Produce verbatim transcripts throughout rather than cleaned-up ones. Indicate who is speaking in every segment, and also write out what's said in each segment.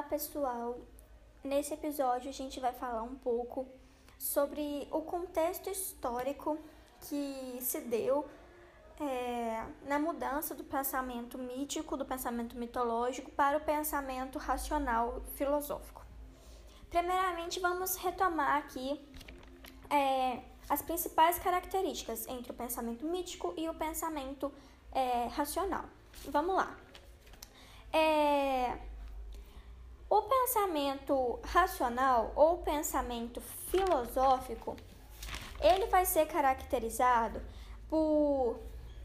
Speaker 1: pessoal! Nesse episódio a gente vai falar um pouco sobre o contexto histórico que se deu é, na mudança do pensamento mítico, do pensamento mitológico para o pensamento racional filosófico. Primeiramente, vamos retomar aqui é, as principais características entre o pensamento mítico e o pensamento é, racional. Vamos lá. É... O pensamento racional ou pensamento filosófico, ele vai ser caracterizado por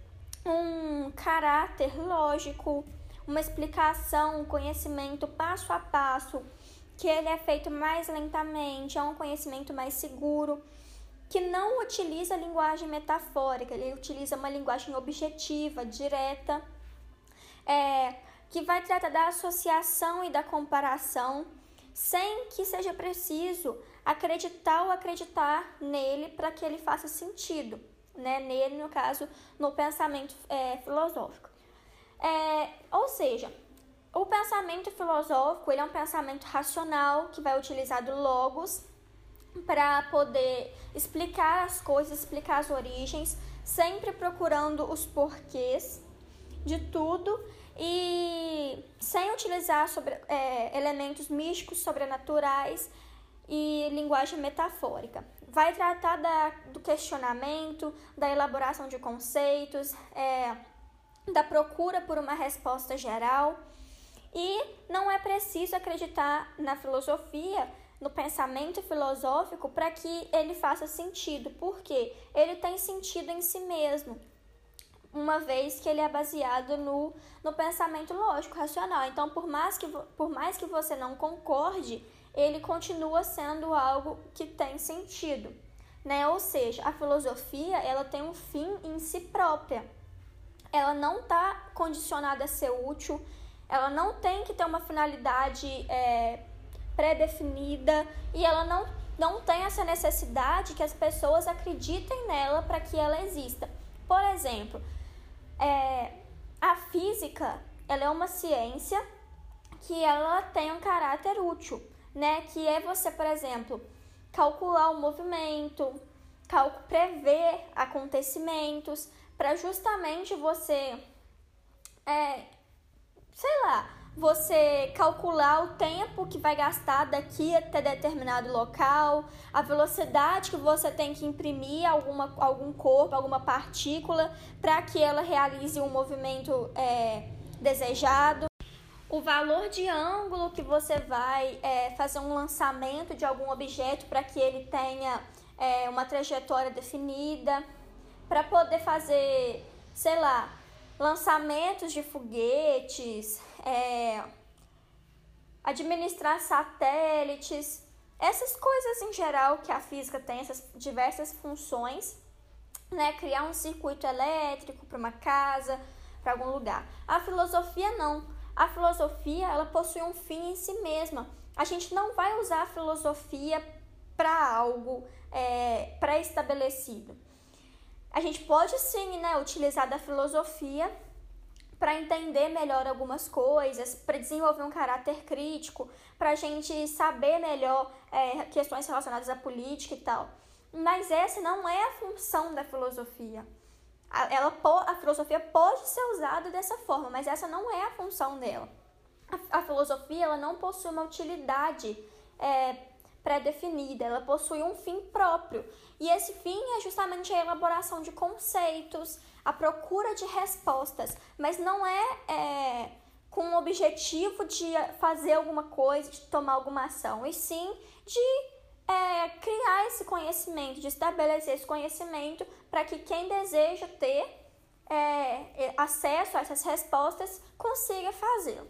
Speaker 1: um caráter lógico, uma explicação, um conhecimento passo a passo, que ele é feito mais lentamente, é um conhecimento mais seguro, que não utiliza linguagem metafórica, ele utiliza uma linguagem objetiva, direta, é... que vai tratar da associação e da comparação, sem que seja preciso acreditar ou acreditar nele para que ele faça sentido, né? Nele, no caso, no pensamento é, filosófico. É, ou seja, o pensamento filosófico ele é um pensamento racional que vai utilizar do logos para poder explicar as coisas, explicar as origens, sempre procurando os porquês de tudo e sem utilizar sobre, é, elementos místicos, sobrenaturais e linguagem metafórica. Vai tratar da, do questionamento, da elaboração de conceitos, é, da procura por uma resposta geral. E não é preciso acreditar na filosofia, no pensamento filosófico, para que ele faça sentido, porque ele tem sentido em si mesmo, uma vez que ele é baseado no, no pensamento lógico, racional. Então, por mais, que, por mais que você não concorde, ele continua sendo algo que tem sentido, né? Ou seja, a filosofia ela tem um fim em si própria. Ela não está condicionada a ser útil, ela não tem que ter uma finalidade é, pré-definida e ela não, não tem essa necessidade que as pessoas acreditem nela para que ela exista. Por exemplo, É, a física ela é uma ciência que ela tem um caráter útil, né? Que é você, por exemplo, calcular o movimento, cal- prever acontecimentos, para justamente você, é, sei lá, você calcular o tempo que vai gastar daqui até determinado local, a velocidade que você tem que imprimir alguma, algum corpo, alguma partícula, para que ela realize um movimento é, desejado. O valor de ângulo que você vai é, fazer um lançamento de algum objeto para que ele tenha é, uma trajetória definida, para poder fazer, sei lá, lançamentos de foguetes, é, administrar satélites, essas coisas em geral que a física tem, essas diversas funções, né? Criar um circuito elétrico para uma casa, para algum lugar. A filosofia não. A filosofia ela possui um fim em si mesma. A gente não vai usar a filosofia para algo é, pré-estabelecido. A gente pode sim, né, utilizar da filosofia para entender melhor algumas coisas, para desenvolver um caráter crítico, para a gente saber melhor é, questões relacionadas à política e tal. Mas essa não é a função da filosofia. A, ela, a filosofia pode ser usada dessa forma, mas essa não é a função dela. A, a filosofia ela não possui uma utilidade é, pré-definida, ela possui um fim próprio. E esse fim é justamente a elaboração de conceitos, a procura de respostas, mas não é, é com o objetivo de fazer alguma coisa, de tomar alguma ação, e sim de é, criar esse conhecimento, de estabelecer esse conhecimento para que quem deseja ter é, acesso a essas respostas consiga fazê-lo.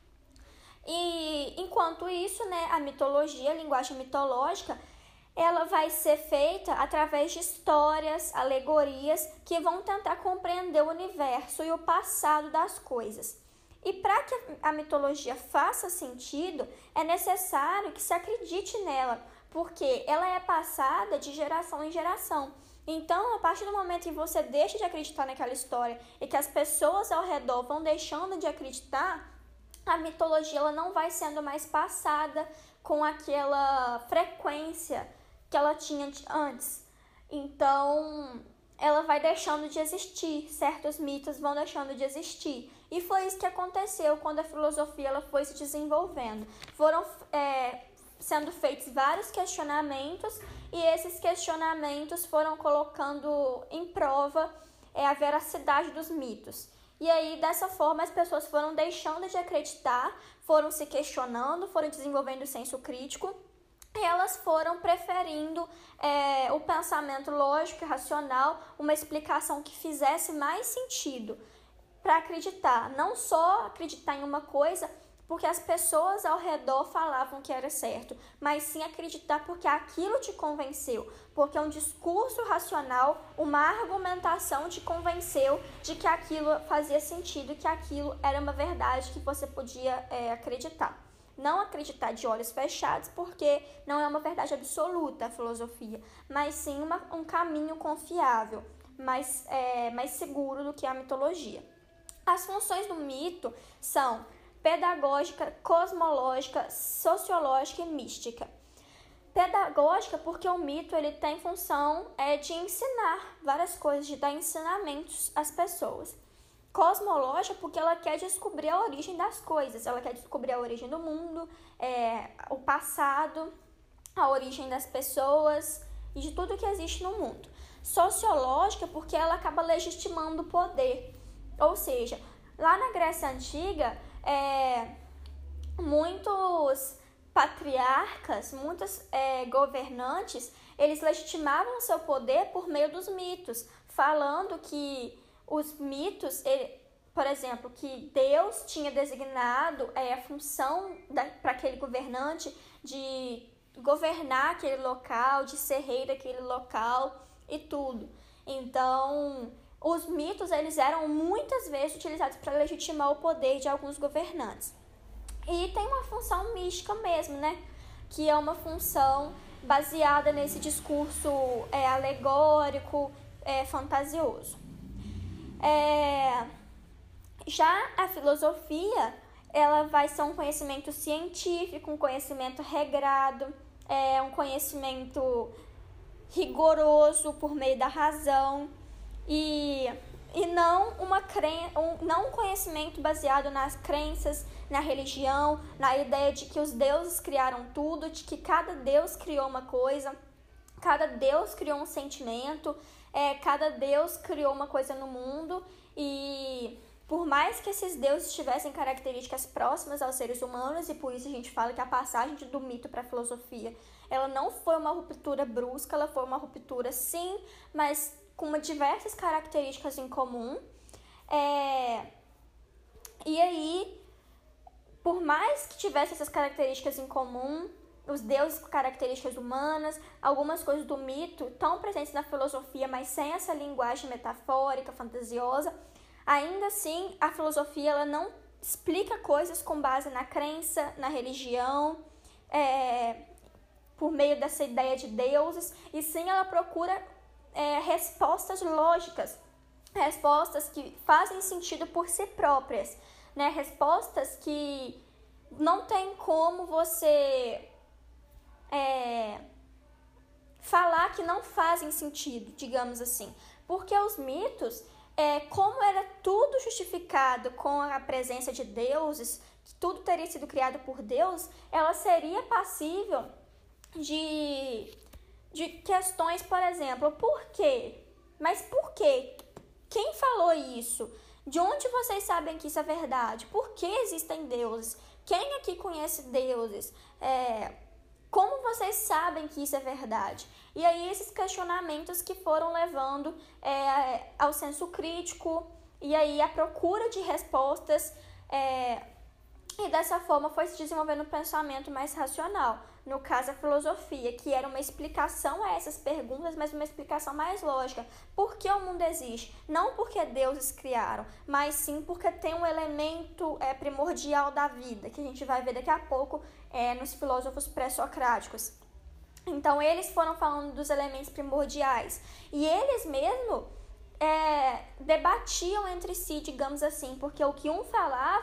Speaker 1: E enquanto isso, né, a mitologia, a linguagem mitológica, ela vai ser feita através de histórias, alegorias que vão tentar compreender o universo e o passado das coisas. E para que a mitologia faça sentido, é necessário que se acredite nela, porque ela é passada de geração em geração. Então, a partir do momento que você deixa de acreditar naquela história e que as pessoas ao redor vão deixando de acreditar, a mitologia ela não vai sendo mais passada com aquela frequência que ela tinha antes. Então, ela vai deixando de existir, certos mitos vão deixando de existir. E foi isso que aconteceu quando a filosofia ela foi se desenvolvendo. Foram é, sendo feitos vários questionamentos e esses questionamentos foram colocando em prova é, a veracidade dos mitos. E aí, dessa forma, as pessoas foram deixando de acreditar, foram se questionando, foram desenvolvendo o senso crítico, e elas foram preferindo é, o pensamento lógico e racional, uma explicação que fizesse mais sentido para acreditar. Não só acreditar em uma coisa porque as pessoas ao redor falavam que era certo, mas sim acreditar porque aquilo te convenceu, porque um discurso racional, uma argumentação te convenceu de que aquilo fazia sentido, que aquilo era uma verdade que você podia é, acreditar. Não acreditar de olhos fechados, porque não é uma verdade absoluta a filosofia, mas sim uma, um caminho confiável, mais, é, mais seguro do que a mitologia. As funções do mito são pedagógica, cosmológica, sociológica e mística. Pedagógica porque o mito ele tem função é, de ensinar várias coisas, de dar ensinamentos às pessoas. Cosmológica porque ela quer descobrir a origem das coisas, ela quer descobrir a origem do mundo, é, o passado, a origem das pessoas e de tudo que existe no mundo. Sociológica porque ela acaba legitimando o poder, ou seja, lá na Grécia Antiga, é, muitos patriarcas, muitos é, governantes, eles legitimavam seu poder por meio dos mitos, falando que os mitos, ele, por exemplo, que Deus tinha designado é, a função para aquele governante de governar aquele local, de ser rei daquele local e tudo. Então, os mitos eles eram muitas vezes utilizados para legitimar o poder de alguns governantes. E tem uma função mística mesmo, né? Que é uma função baseada nesse discurso é, alegórico, é, fantasioso. É, já a filosofia, ela vai ser um conhecimento científico, um conhecimento regrado, é, um conhecimento rigoroso por meio da razão e, e não, uma cren- um, não um conhecimento baseado nas crenças, na religião, na ideia de que os deuses criaram tudo, de que cada deus criou uma coisa, cada deus criou um sentimento, é, cada deus criou uma coisa no mundo e por mais que esses deuses tivessem características próximas aos seres humanos, e por isso a gente fala que a passagem do mito para a filosofia, ela não foi uma ruptura brusca, ela foi uma ruptura sim, mas com uma diversas características em comum. É... E aí, por mais que tivesse essas características em comum, os deuses com características humanas, algumas coisas do mito estão presentes na filosofia, mas sem essa linguagem metafórica, fantasiosa, ainda assim a filosofia ela não explica coisas com base na crença, na religião, é, por meio dessa ideia de deuses, e sim ela procura é, respostas lógicas, respostas que fazem sentido por si próprias, né? Respostas que não tem como você é, falar que não fazem sentido, digamos assim, porque os mitos, é, como era tudo justificado com a presença de deuses, que tudo teria sido criado por Deus, ela seria passível de, de questões, por exemplo, por quê? Mas por quê? Quem falou isso? De onde vocês sabem que isso é verdade? Por que existem deuses? Quem aqui conhece deuses? É, como vocês sabem que isso é verdade? E aí esses questionamentos que foram levando é, ao senso crítico e aí a procura de respostas é, e dessa forma foi se desenvolvendo um pensamento mais racional. No caso, a filosofia, que era uma explicação a essas perguntas, mas uma explicação mais lógica. Por que o mundo existe? Não porque deuses criaram, mas sim porque tem um elemento é, primordial da vida, que a gente vai ver daqui a pouco é, nos filósofos pré-socráticos. Então, eles foram falando dos elementos primordiais. E eles mesmo é, debatiam entre si, digamos assim, porque o que um falava,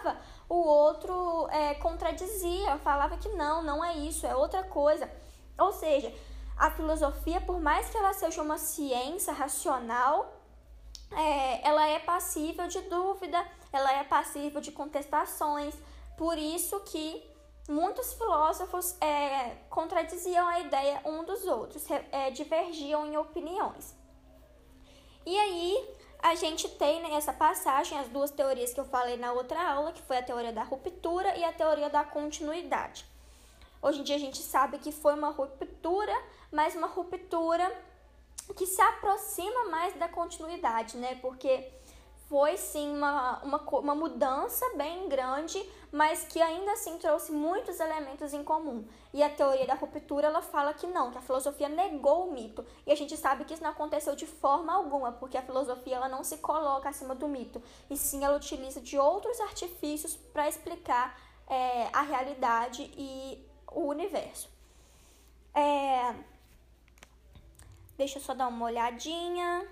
Speaker 1: o outro é, contradizia, falava que não, não é isso, é outra coisa. Ou seja, a filosofia, por mais que ela seja uma ciência racional, é, ela é passível de dúvida, ela é passível de contestações, por isso que muitos filósofos é, contradiziam a ideia um dos outros, é, divergiam em opiniões. E aí, a gente tem nessa passagem as duas teorias que eu falei na outra aula, que foi a teoria da ruptura e a teoria da continuidade. Hoje em dia a gente sabe que foi uma ruptura, mas uma ruptura que se aproxima mais da continuidade, né? Porque foi sim uma, uma, uma mudança bem grande, mas que ainda assim trouxe muitos elementos em comum. E a teoria da ruptura, ela fala que não, que a filosofia negou o mito. E a gente sabe que isso não aconteceu de forma alguma, porque a filosofia ela não se coloca acima do mito, e sim ela utiliza de outros artifícios para explicar é, a realidade e o universo. É... Deixa eu só dar uma olhadinha.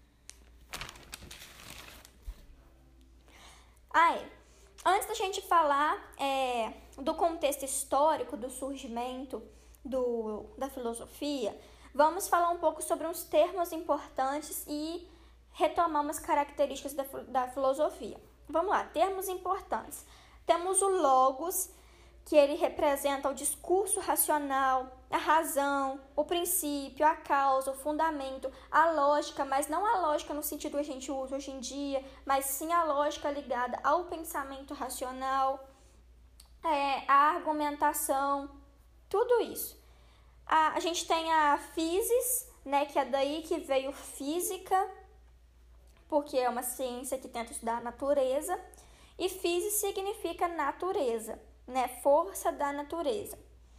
Speaker 1: Ah, é. Antes da gente falar é, do contexto histórico do surgimento do, da filosofia, vamos falar um pouco sobre uns termos importantes e retomar umas características da, da filosofia. Vamos lá, termos importantes. Temos o logos, que ele representa o discurso racional, a razão, o princípio, a causa, o fundamento, a lógica, mas não a lógica no sentido que a gente usa hoje em dia, mas sim a lógica ligada ao pensamento racional, é, a argumentação, tudo isso. A, a gente tem a physis, né, que é daí que veio física, porque é uma ciência que tenta estudar a natureza, e physis significa natureza, né, força da natureza.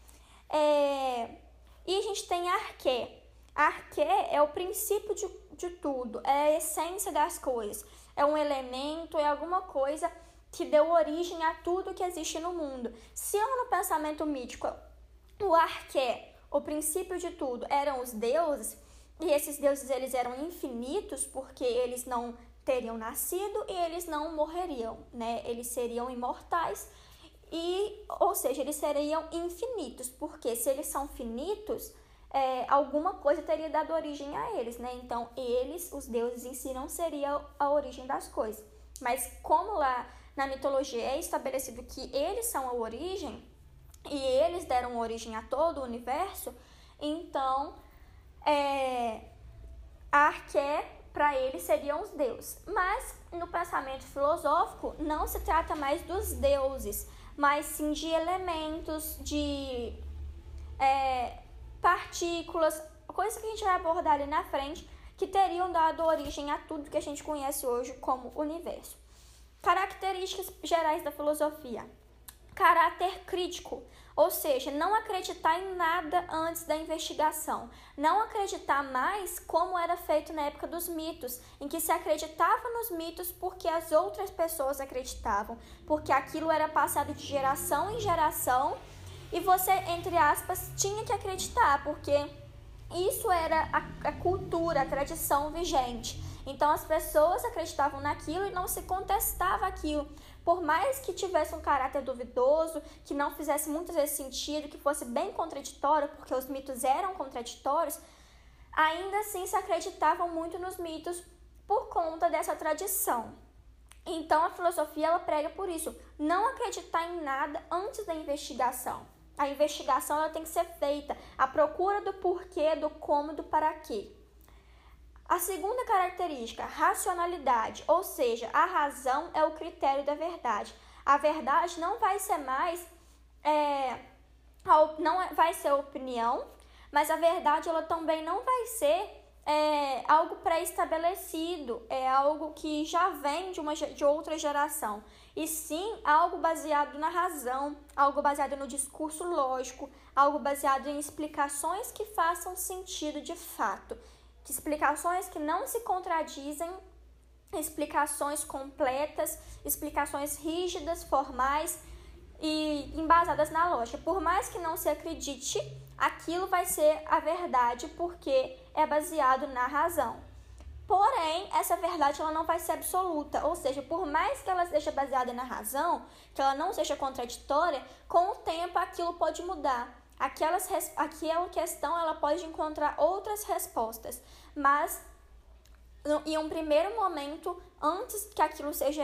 Speaker 1: É, e a gente tem a arqué. A arqué é o princípio de, de tudo, é a essência das coisas, é um elemento, é alguma coisa que deu origem a tudo que existe no mundo. Se no pensamento mítico o arqué, o princípio de tudo, eram os deuses, e esses deuses eles eram infinitos porque eles não teriam nascido e eles não morreriam, né? Eles seriam imortais. E, ou seja, eles seriam infinitos, porque se eles são finitos, é, alguma coisa teria dado origem a eles, né? Então, eles, os deuses em si, não seriam a origem das coisas. Mas como lá na mitologia é estabelecido que eles são a origem, e eles deram origem a todo o universo, então, é, a arqué, para eles, seriam os deuses. Mas, no pensamento filosófico, não se trata mais dos deuses, mas sim de elementos, de é, partículas, coisas que a gente vai abordar ali na frente, que teriam dado origem a tudo que a gente conhece hoje como universo. Características gerais da filosofia. Caráter crítico, ou seja, não acreditar em nada antes da investigação, não acreditar mais como era feito na época dos mitos, em que se acreditava nos mitos porque as outras pessoas acreditavam, porque aquilo era passado de geração em geração e você, entre aspas, tinha que acreditar, porque isso era a, a cultura, a tradição vigente. Então as pessoas acreditavam naquilo e não se contestava aquilo. Por mais que tivesse um caráter duvidoso, que não fizesse muitas vezes sentido, que fosse bem contraditório, porque os mitos eram contraditórios, ainda assim se acreditavam muito nos mitos por conta dessa tradição. Então a filosofia ela prega por isso, não acreditar em nada antes da investigação. A investigação ela tem que ser feita, a procura do porquê, do como, do para quê. A segunda característica, racionalidade, ou seja, a razão é o critério da verdade. A verdade não vai ser mais, é, não vai ser opinião, mas a verdade ela também não vai ser é, algo pré-estabelecido, é algo que já vem de, uma, de outra geração, e sim algo baseado na razão, algo baseado no discurso lógico, algo baseado em explicações que façam sentido de fato. Explicações que não se contradizem, explicações completas, explicações rígidas, formais e embasadas na lógica. Por mais que não se acredite, aquilo vai ser a verdade porque é baseado na razão. Porém, essa verdade ela não vai ser absoluta, ou seja, por mais que ela seja baseada na razão, que ela não seja contraditória, com o tempo aquilo pode mudar. Aquelas, aquela questão ela pode encontrar outras respostas, mas em um primeiro momento, antes que aquilo seja...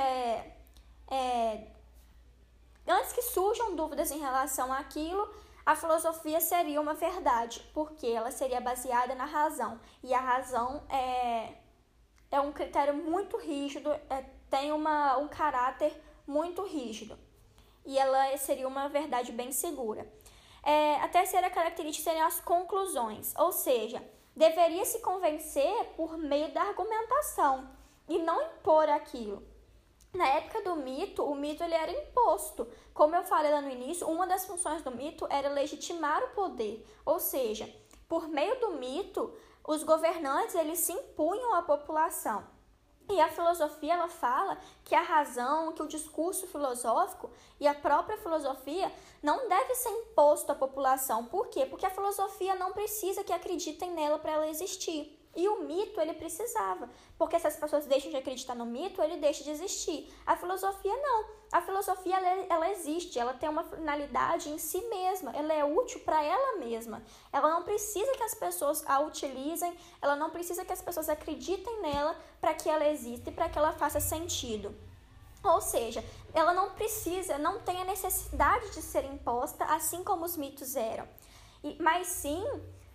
Speaker 1: É, antes que surjam dúvidas em relação àquilo, a filosofia seria uma verdade, porque ela seria baseada na razão. E a razão é, é um critério muito rígido, é, tem uma, um caráter muito rígido. E ela seria uma verdade bem segura. É, a terceira característica seriam as conclusões, ou seja, deveria se convencer por meio da argumentação e não impor aquilo. Na época do mito, o mito ele era imposto. Como eu falei lá no início, uma das funções do mito era legitimar o poder. Ou seja, por meio do mito, os governantes eles se impunham à população. E a filosofia ela fala que a razão, que o discurso filosófico e a própria filosofia não deve ser imposto à população. Por quê? Porque a filosofia não precisa que acreditem nela para ela existir. E o mito, ele precisava, porque se as pessoas deixam de acreditar no mito, ele deixa de existir. A filosofia não. A filosofia, ela, ela existe, ela tem uma finalidade em si mesma, ela é útil para ela mesma. Ela não precisa que as pessoas a utilizem, ela não precisa que as pessoas acreditem nela para que ela exista e para que ela faça sentido. Ou seja, ela não precisa, não tem a necessidade de ser imposta, assim como os mitos eram. E, mas sim,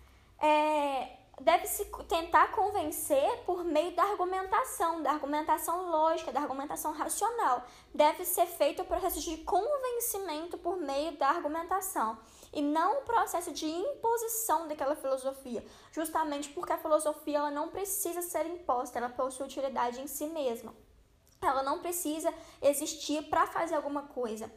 Speaker 1: é... deve-se tentar convencer por meio da argumentação, da argumentação lógica, da argumentação racional. Deve ser feito o processo de convencimento por meio da argumentação e não o processo de imposição daquela filosofia, justamente porque a filosofia ela não precisa ser imposta, ela possui utilidade em si mesma. Ela não precisa existir para fazer alguma coisa.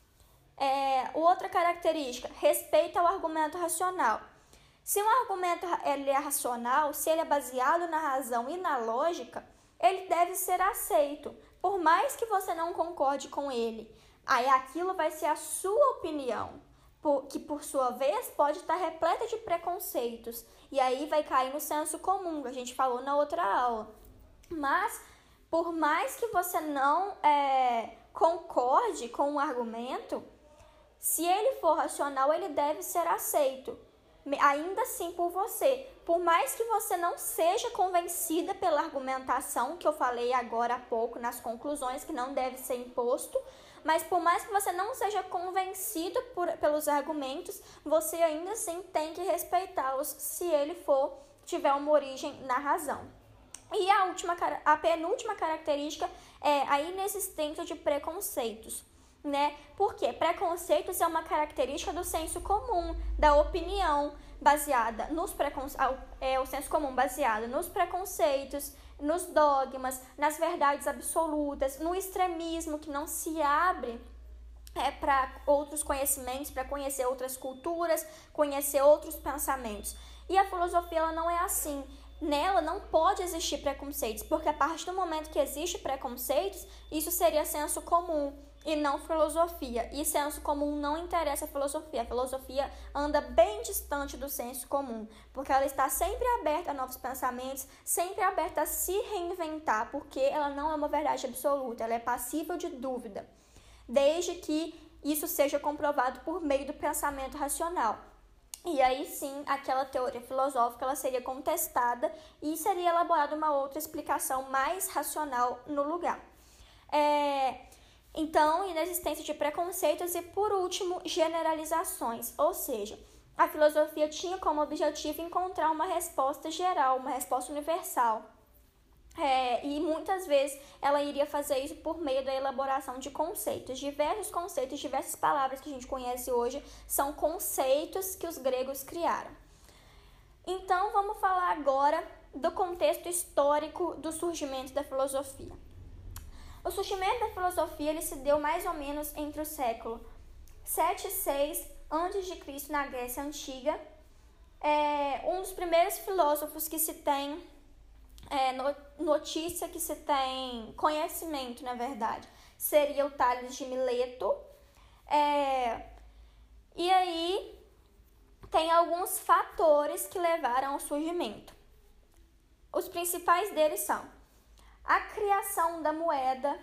Speaker 1: É, outra característica, respeito ao argumento racional. Se um argumento ele é racional, se ele é baseado na razão e na lógica, ele deve ser aceito, por mais que você não concorde com ele. Aí aquilo vai ser a sua opinião, que por sua vez pode estar repleta de preconceitos, e aí vai cair no senso comum, que a gente falou na outra aula. Mas, por mais que você não é, concorde com o argumento, se ele for racional, ele deve ser aceito. Ainda assim por você, por mais que você não seja convencida pela argumentação que eu falei agora há pouco nas conclusões, que não deve ser imposto, mas por mais que você não seja convencido por, pelos argumentos, você ainda assim tem que respeitá-los se ele for tiver uma origem na razão. E a última, a penúltima característica é a inexistência de preconceitos. Né? Porque preconceitos é uma característica do senso comum, da opinião baseada nos preconceitos, é o senso comum baseado nos preconceitos, nos dogmas, nas verdades absolutas, no extremismo que não se abre é, para outros conhecimentos, para conhecer outras culturas, conhecer outros pensamentos. E a filosofia ela não é assim. Nela não pode existir preconceitos, porque a partir do momento que existe preconceitos, isso seria senso comum e não filosofia. E senso comum não interessa a filosofia. A filosofia anda bem distante do senso comum, porque ela está sempre aberta a novos pensamentos, sempre aberta a se reinventar, porque ela não é uma verdade absoluta, ela é passível de dúvida, desde que isso seja comprovado por meio do pensamento racional. E aí sim, aquela teoria filosófica ela seria contestada e seria elaborada uma outra explicação mais racional no lugar. É, então, inexistência de preconceitos e, por último, generalizações. Ou seja, a filosofia tinha como objetivo encontrar uma resposta geral, uma resposta universal. É, e muitas vezes ela iria fazer isso por meio da elaboração de conceitos. Diversos conceitos, diversas palavras que a gente conhece hoje são conceitos que os gregos criaram. Então, vamos falar agora do contexto histórico do surgimento da filosofia. O surgimento da filosofia ele se deu mais ou menos entre o século sete e seis antes de Cristo na Grécia Antiga. É, um dos primeiros filósofos que se tem É, notícia, que se tem conhecimento, na verdade, seria o Tales de Mileto. É, e aí tem alguns fatores que levaram ao surgimento. os principais deles são a criação da moeda,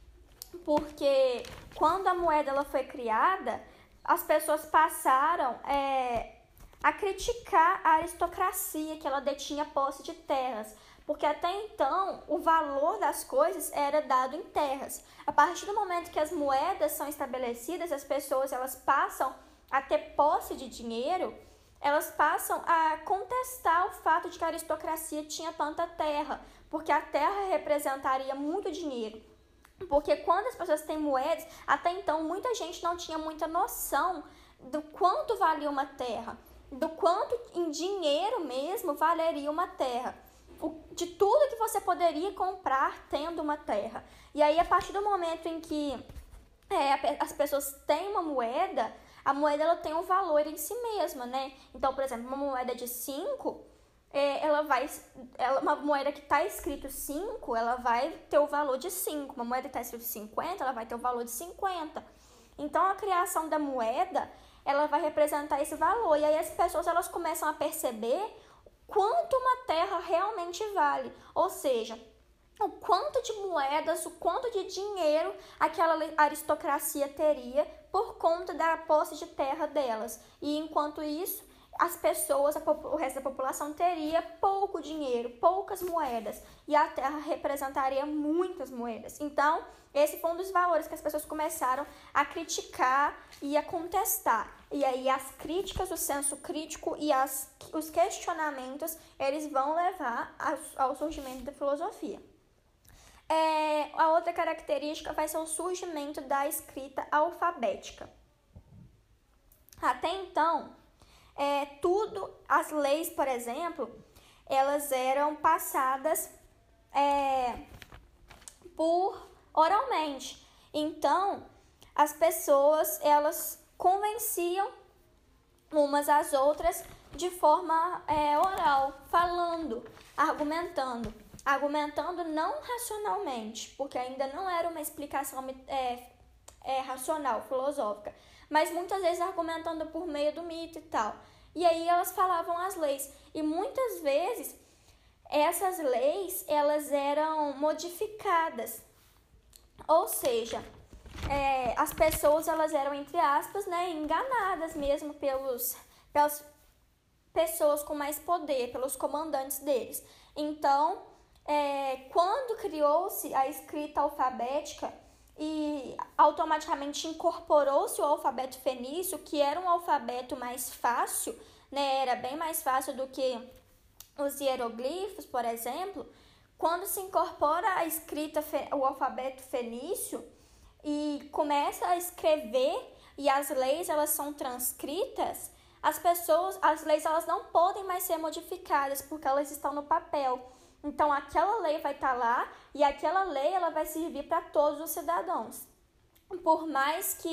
Speaker 1: porque quando a moeda ela foi criada, as pessoas passaram é, a criticar a aristocracia, que ela detinha posse de terras, porque até então o valor das coisas era dado em terras. A partir do momento que as moedas são estabelecidas, as pessoas elas passam a ter posse de dinheiro, elas passam a contestar o fato de que a aristocracia tinha tanta terra, porque a terra representaria muito dinheiro. Porque quando as pessoas têm moedas, até então muita gente não tinha muita noção do quanto valia uma terra, do quanto em dinheiro mesmo valeria uma terra, de tudo que você poderia comprar tendo uma terra. E aí, a partir do momento em que é, as pessoas têm uma moeda, a moeda ela tem um valor em si mesma, né? Então, por exemplo, uma moeda de cinco, é, ela vai, ela, uma moeda que está escrito cinco, ela vai ter o valor de cinco. Uma moeda que está escrito cinquenta, ela vai ter o valor de cinquenta. Então, a criação da moeda, ela vai representar esse valor. E aí as pessoas elas começam a perceber quanto uma terra realmente vale. Ou seja, o quanto de moedas, o quanto de dinheiro aquela aristocracia teria por conta da posse de terra delas. E enquanto isso, as pessoas, a, o resto da população teria pouco dinheiro, poucas moedas. E a terra representaria muitas moedas. Então, esse foi um dos valores que as pessoas começaram a criticar e a contestar. E aí as críticas, o senso crítico e as, os questionamentos, eles vão levar ao, ao surgimento da filosofia. É, a outra característica vai ser o surgimento da escrita alfabética. Até então, é, tudo, as leis, por exemplo, elas eram passadas é, por oralmente. Então, as pessoas, elas convenciam umas às outras de forma é, oral, falando, argumentando. Argumentando não racionalmente, porque ainda não era uma explicação é, é, racional, filosófica, mas muitas vezes argumentando por meio do mito e tal. E aí elas falavam as leis. E muitas vezes essas leis elas eram modificadas. Ou seja, é, as pessoas elas eram, entre aspas, né, enganadas mesmo pelos, pelas pessoas com mais poder, pelos comandantes deles. Então, É, quando criou-se a escrita alfabética e automaticamente incorporou-se o alfabeto fenício, que era um alfabeto mais fácil, né, era bem mais fácil do que os hieroglifos, por exemplo, quando se incorpora a escrita, o alfabeto fenício e começa a escrever e as leis elas são transcritas, as pessoas, as leis elas não podem mais ser modificadas porque elas estão no papel. Então, aquela lei vai estar lá e aquela lei ela vai servir para todos os cidadãos. Por mais que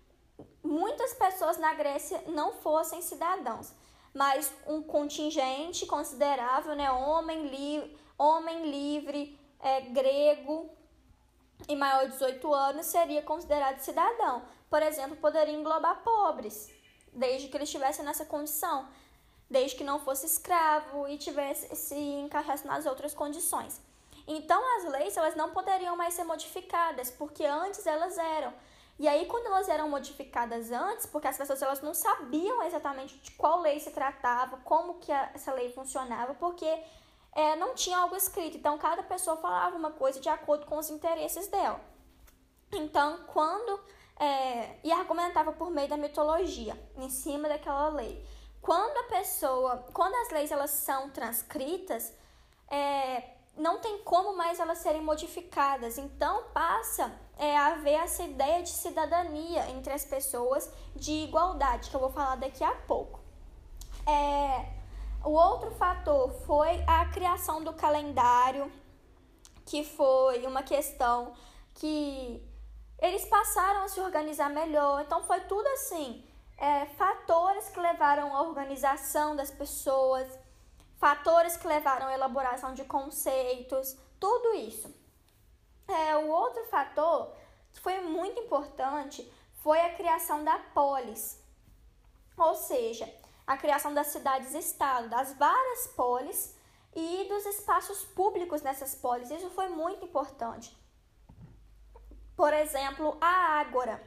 Speaker 1: muitas pessoas na Grécia não fossem cidadãos, mas um contingente considerável, né, homem, li, homem livre, é, grego e maior de dezoito anos seria considerado cidadão. Por exemplo, poderia englobar pobres, desde que eles estivessem nessa condição, desde que não fosse escravo e tivesse, se encaixasse nas outras condições. Então, as leis elas não poderiam mais ser modificadas, porque antes elas eram. E aí, quando elas eram modificadas antes, porque as pessoas elas não sabiam exatamente de qual lei se tratava, como que a, essa lei funcionava, porque é, não tinha algo escrito. Então, cada pessoa falava uma coisa de acordo com os interesses dela. Então, quando... É, e argumentava por meio da mitologia, em cima daquela lei. Quando a pessoa, quando as leis elas são transcritas, é, não tem como mais elas serem modificadas. Então passa é, a haver essa ideia de cidadania entre as pessoas, de igualdade, que eu vou falar daqui a pouco. É, o outro fator foi a criação do calendário, que foi uma questão que eles passaram a se organizar melhor. Então foi tudo assim. É, fatores que levaram à organização das pessoas, fatores que levaram à elaboração de conceitos, tudo isso. É, o outro fator que foi muito importante foi a criação da polis, ou seja, a criação das cidades-estado, das várias polis e dos espaços públicos nessas polis. Isso foi muito importante. Por exemplo, a Ágora.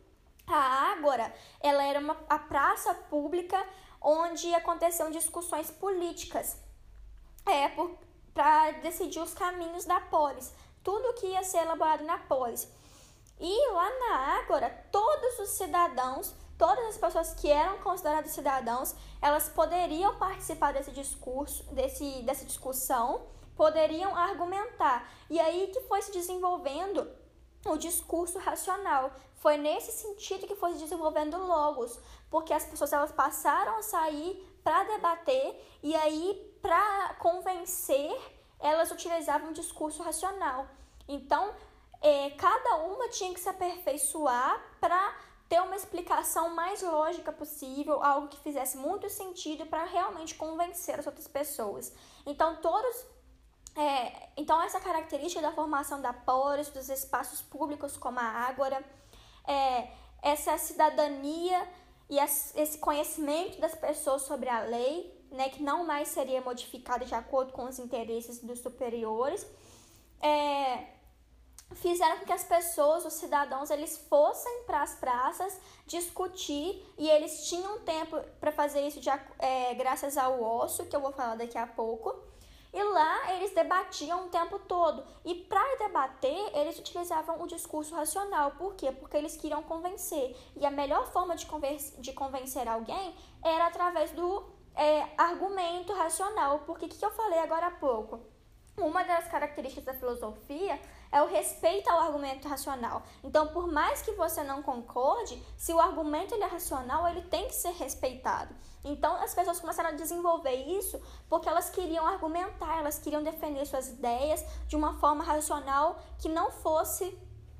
Speaker 1: A Ágora, ela era uma, a praça pública onde aconteciam discussões políticas é, para decidir os caminhos da polis. Tudo que ia ser elaborado na polis. E lá na Ágora, todos os cidadãos, todas as pessoas que eram consideradas cidadãos, elas poderiam participar desse discurso, desse, dessa discussão, poderiam argumentar. E aí que foi se desenvolvendo o discurso racional. Foi nesse sentido que foi se desenvolvendo o logos, porque as pessoas elas passaram a sair para debater e aí para convencer elas utilizavam um discurso racional. Então, é, cada uma tinha que se aperfeiçoar para ter uma explicação mais lógica possível, algo que fizesse muito sentido para realmente convencer as outras pessoas. Então, todos... É, então, essa característica da formação da polis, dos espaços públicos como a Ágora, é, essa cidadania e esse conhecimento das pessoas sobre a lei, né, que não mais seria modificada de acordo com os interesses dos superiores, é, fizeram com que as pessoas, os cidadãos, eles fossem para as praças discutir e eles tinham tempo para fazer isso de, é, graças ao ócio, que eu vou falar daqui a pouco. E lá eles debatiam o tempo todo. E para debater, eles utilizavam o discurso racional. Por quê? Porque eles queriam convencer. E a melhor forma de, converse, de convencer alguém era através do é, argumento racional. Porque o que eu falei agora há pouco? Uma das características da filosofia é o respeito ao argumento racional. Então, por mais que você não concorde, se o argumento ele é racional, ele tem que ser respeitado. Então, as pessoas começaram a desenvolver isso porque elas queriam argumentar, elas queriam defender suas ideias de uma forma racional que não fosse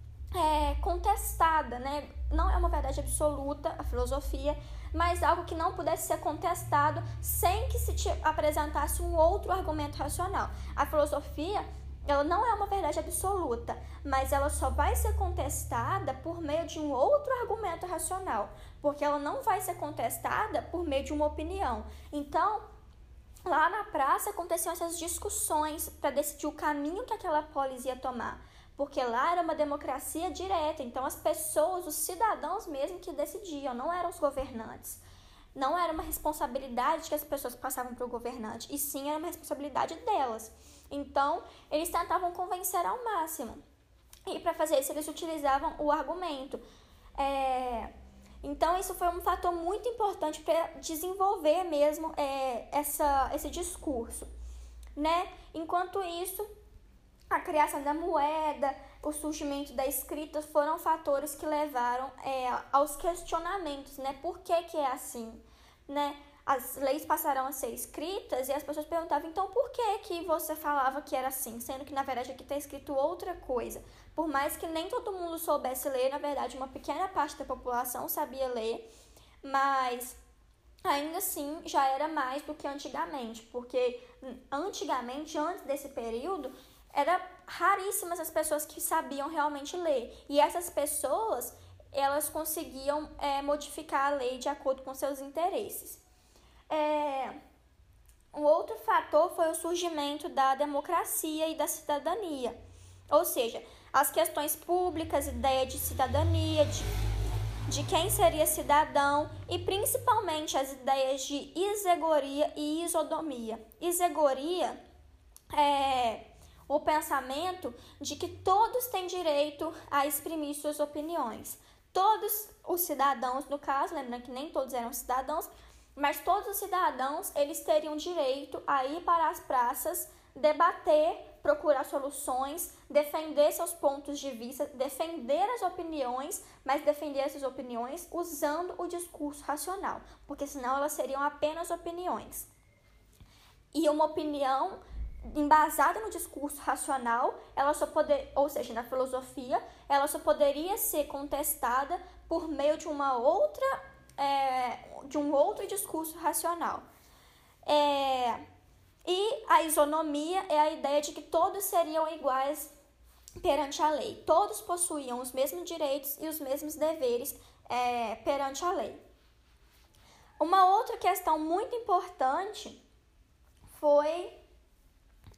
Speaker 1: é, contestada, né? Não é uma verdade absoluta a filosofia, mas algo que não pudesse ser contestado sem que se te apresentasse um outro argumento racional. A filosofia, ela não é uma verdade absoluta, mas ela só vai ser contestada por meio de um outro argumento racional, porque ela não vai ser contestada por meio de uma opinião. Então, lá na praça aconteciam essas discussões para decidir o caminho que aquela polis ia tomar, porque lá era uma democracia direta, então as pessoas, os cidadãos mesmo que decidiam, não eram os governantes. Não era uma responsabilidade que as pessoas passavam para o governante, e sim era uma responsabilidade delas. Então, eles tentavam convencer ao máximo. E para fazer isso, eles utilizavam o argumento. É... Então, isso foi um fator muito importante para desenvolver mesmo é, essa, esse discurso, né? Enquanto isso, a criação da moeda, o surgimento da escrita foram fatores que levaram é, aos questionamentos, né? Por que que é assim, né? As leis passaram a ser escritas e as pessoas perguntavam, então por que que você falava que era assim, sendo que na verdade aqui está escrito outra coisa. Por mais que nem todo mundo soubesse ler, na verdade uma pequena parte da população sabia ler, mas ainda assim já era mais do que antigamente, porque antigamente, antes desse período, era raríssimas as pessoas que sabiam realmente ler. E essas pessoas, elas conseguiam é, modificar a lei de acordo com seus interesses. É, um outro fator foi o surgimento da democracia e da cidadania. Ou seja, as questões públicas, ideia de cidadania, de, de quem seria cidadão e principalmente as ideias de isegoria e isodomia. Isegoria é o pensamento de que todos têm direito a exprimir suas opiniões. Todos os cidadãos, no caso, lembrando que nem todos eram cidadãos, mas todos os cidadãos, eles teriam direito a ir para as praças, debater, procurar soluções, defender seus pontos de vista, defender as opiniões, mas defender essas opiniões usando o discurso racional, porque senão elas seriam apenas opiniões. E uma opinião embasada no discurso racional, ela só poder, ou seja, na filosofia, ela só poderia ser contestada por meio de uma outra, é, de um outro discurso racional. É, e a isonomia é a ideia de que todos seriam iguais perante a lei. Todos possuíam os mesmos direitos e os mesmos deveres é, perante a lei. Uma outra questão muito importante foi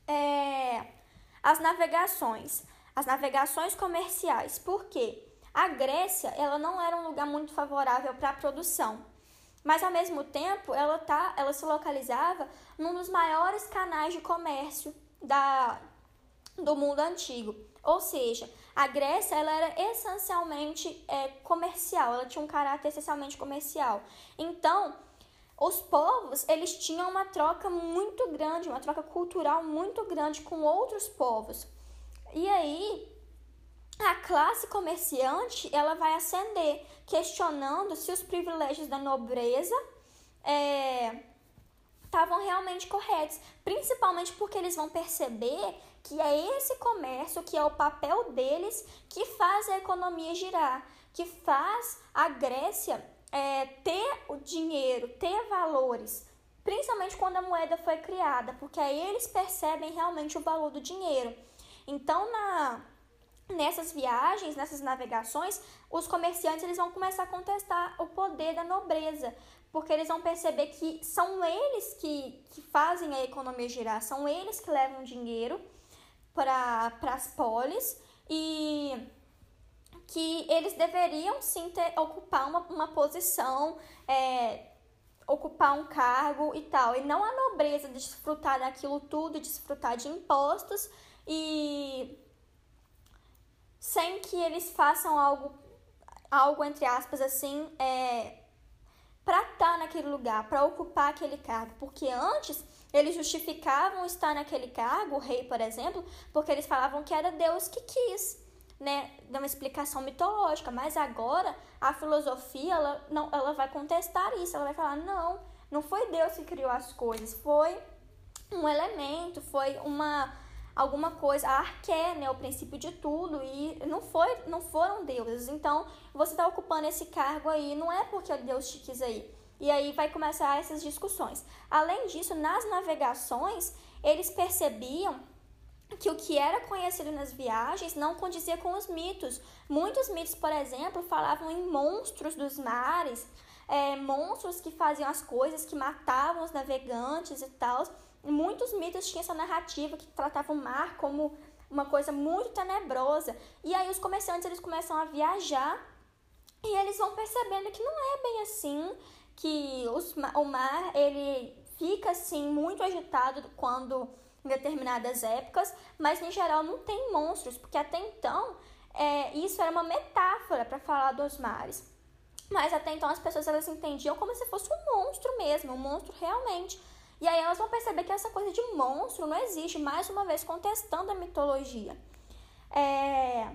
Speaker 1: é, as navegações, as navegações comerciais. Por quê? A Grécia, ela não era um lugar muito favorável para a produção, mas ao mesmo tempo ela, tá, ela se localizava num dos maiores canais de comércio da, do mundo antigo. Ou seja, a Grécia ela era essencialmente é, comercial, ela tinha um caráter essencialmente comercial. Então, os povos eles tinham uma troca muito grande, uma troca cultural muito grande com outros povos. E aí, a classe comerciante ela vai ascender, questionando se os privilégios da nobreza estavam é, realmente corretos, principalmente porque eles vão perceber que é esse comércio, que é o papel deles, que faz a economia girar, que faz a Grécia é, ter o dinheiro, ter valores, principalmente quando a moeda foi criada, porque aí eles percebem realmente o valor do dinheiro. Então, na... nessas viagens, nessas navegações, os comerciantes eles vão começar a contestar o poder da nobreza, porque eles vão perceber que são eles que, que fazem a economia girar, são eles que levam dinheiro para as polis e que eles deveriam sim ter, ocupar uma, uma posição, é, ocupar um cargo e tal, e não a nobreza desfrutar daquilo tudo, desfrutar de impostos e sem que eles façam algo, algo entre aspas, assim, é, para estar naquele lugar, para ocupar aquele cargo. Porque antes, eles justificavam estar naquele cargo, o rei, por exemplo, porque eles falavam que era Deus que quis, né? Dá uma explicação mitológica. Mas agora, a filosofia, ela, não, ela vai contestar isso. Ela vai falar, não, não foi Deus que criou as coisas, foi um elemento, foi uma... alguma coisa, a arqué, né, o princípio de tudo, e não, foi, não foram deuses. Então, você está ocupando esse cargo aí, não é porque Deus te quis aí. E aí vai começar essas discussões. Além disso, nas navegações, eles percebiam que o que era conhecido nas viagens não condizia com os mitos. Muitos mitos, por exemplo, falavam em monstros dos mares, é, monstros que faziam as coisas, que matavam os navegantes e tal. Muitos mitos tinham essa narrativa que tratava o mar como uma coisa muito tenebrosa. E aí os comerciantes eles começam a viajar e eles vão percebendo que não é bem assim, que os, o mar ele fica assim muito agitado quando em determinadas épocas, mas em geral não tem monstros, porque até então é, isso era uma metáfora para falar dos mares. Mas até então as pessoas elas entendiam como se fosse um monstro mesmo, um monstro realmente. E aí elas vão perceber que essa coisa de monstro não existe, mais uma vez contestando a mitologia. É...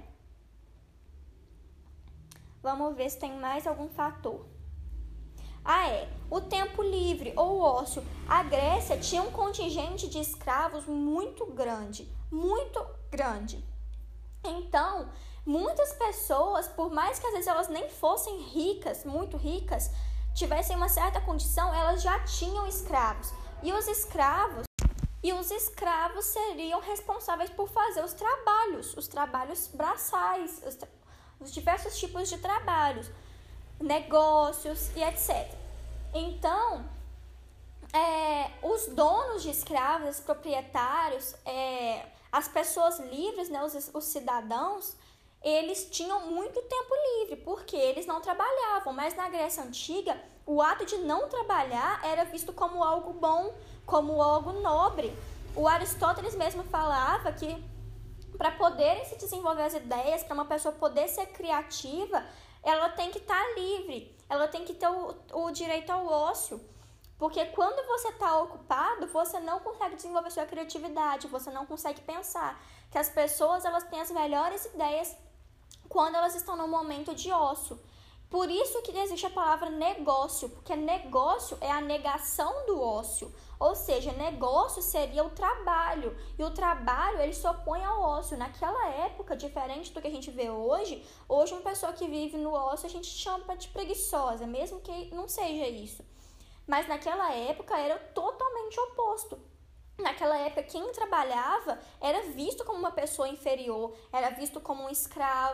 Speaker 1: Vamos ver se tem mais algum fator. Ah, é. O tempo livre ou ócio. A Grécia tinha um contingente de escravos muito grande, muito grande. Então, muitas pessoas, por mais que às vezes elas nem fossem ricas, muito ricas, tivessem uma certa condição, elas já tinham escravos. E os escravos, e os escravos seriam responsáveis por fazer os trabalhos, os trabalhos braçais, os, tra- os diversos tipos de trabalhos, negócios e etcétera. Então, é, os donos de escravos, os proprietários, é, as pessoas livres, né, os, os cidadãos, eles tinham muito tempo livre, porque eles não trabalhavam. Mas na Grécia Antiga, o ato de não trabalhar era visto como algo bom, como algo nobre. O Aristóteles mesmo falava que para poderem se desenvolver as ideias, para uma pessoa poder ser criativa, ela tem que estar livre, ela tem que ter o, o direito ao ócio. Porque quando você está ocupado, você não consegue desenvolver sua criatividade, você não consegue pensar. Que as pessoas elas têm as melhores ideias quando elas estão no momento de ócio. Por isso que existe a palavra negócio, porque negócio é a negação do ócio. Ou seja, negócio seria o trabalho, e o trabalho ele se opõe ao ócio. Naquela época, diferente do que a gente vê hoje, hoje uma pessoa que vive no ócio a gente chama de preguiçosa, mesmo que não seja isso. Mas naquela época era totalmente oposto. Naquela época, quem trabalhava era visto como uma pessoa inferior, era visto como um escravo,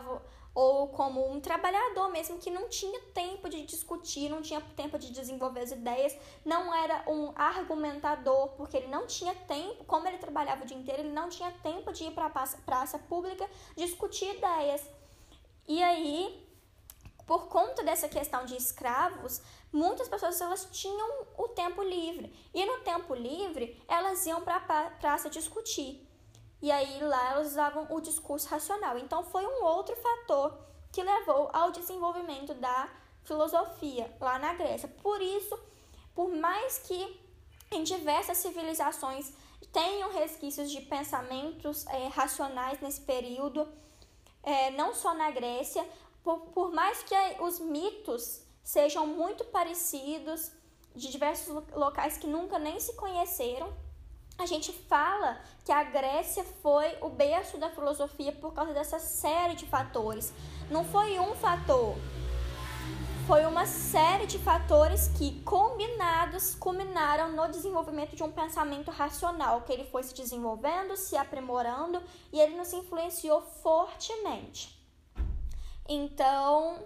Speaker 1: ou como um trabalhador mesmo que não tinha tempo de discutir, não tinha tempo de desenvolver as ideias, não era um argumentador, porque ele não tinha tempo, como ele trabalhava o dia inteiro, ele não tinha tempo de ir para a praça, praça pública discutir ideias. E aí, por conta dessa questão de escravos, muitas pessoas elas tinham o tempo livre. E no tempo livre, elas iam para a praça discutir. E aí lá elas usavam o discurso racional. Então foi um outro fator que levou ao desenvolvimento da filosofia lá na Grécia. Por isso, por mais que em diversas civilizações tenham resquícios de pensamentos é, racionais nesse período, é, não só na Grécia, por, por mais que os mitos sejam muito parecidos, de diversos locais que nunca nem se conheceram, a gente fala que a Grécia foi o berço da filosofia por causa dessa série de fatores. Não foi um fator, foi uma série de fatores que, combinados, culminaram no desenvolvimento de um pensamento racional, que ele foi se desenvolvendo, se aprimorando, e ele nos influenciou fortemente. Então,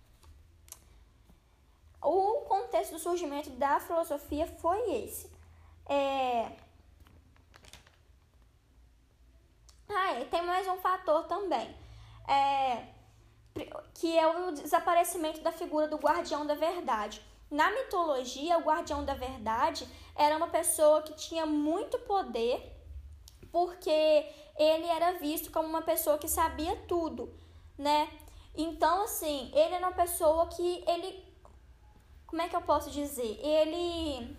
Speaker 1: o contexto do surgimento da filosofia foi esse. É... Ah, e tem mais um fator também, é, que é o desaparecimento da figura do guardião da verdade. Na mitologia, o guardião da verdade era uma pessoa que tinha muito poder, porque ele era visto como uma pessoa que sabia tudo, né? Então, assim, ele era uma pessoa que ele... Como é que eu posso dizer? Ele...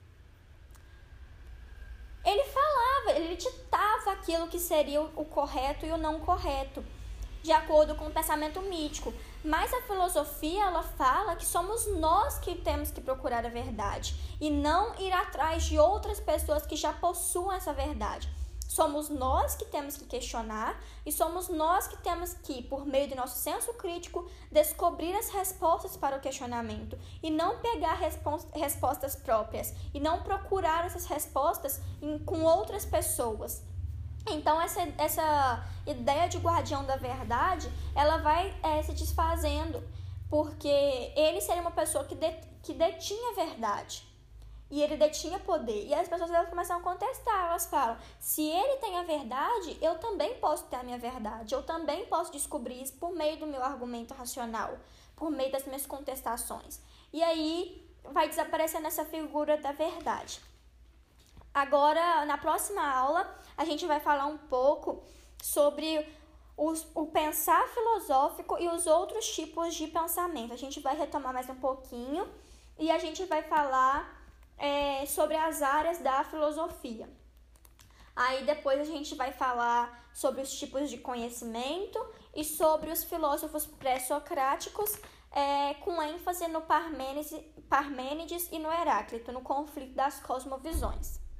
Speaker 1: Ele falava, ele ditava aquilo que seria o correto e o não correto, de acordo com o pensamento mítico. Mas a filosofia, ela fala que somos nós que temos que procurar a verdade e não ir atrás de outras pessoas que já possuem essa verdade. Somos nós que temos que questionar e somos nós que temos que, por meio do nosso senso crítico, descobrir as respostas para o questionamento e não pegar respons- respostas próprias e não procurar essas respostas em, com outras pessoas. Então, essa, essa ideia de guardião da verdade, ela vai é, se desfazendo, porque ele seria uma pessoa que, de, que detinha a verdade. E ele detinha poder. E as pessoas elas começam a contestar. Elas falam, se ele tem a verdade, eu também posso ter a minha verdade. Eu também posso descobrir isso por meio do meu argumento racional, por meio das minhas contestações. E aí vai desaparecendo essa figura da verdade. Agora, na próxima aula, a gente vai falar um pouco sobre os, o pensar filosófico e os outros tipos de pensamento. A gente vai retomar mais um pouquinho e a gente vai falar... É, sobre as áreas da filosofia. Aí depois a gente vai falar sobre os tipos de conhecimento e sobre os filósofos pré-socráticos, é, com ênfase no Parmênides, Parmênides e no Heráclito, no conflito das cosmovisões.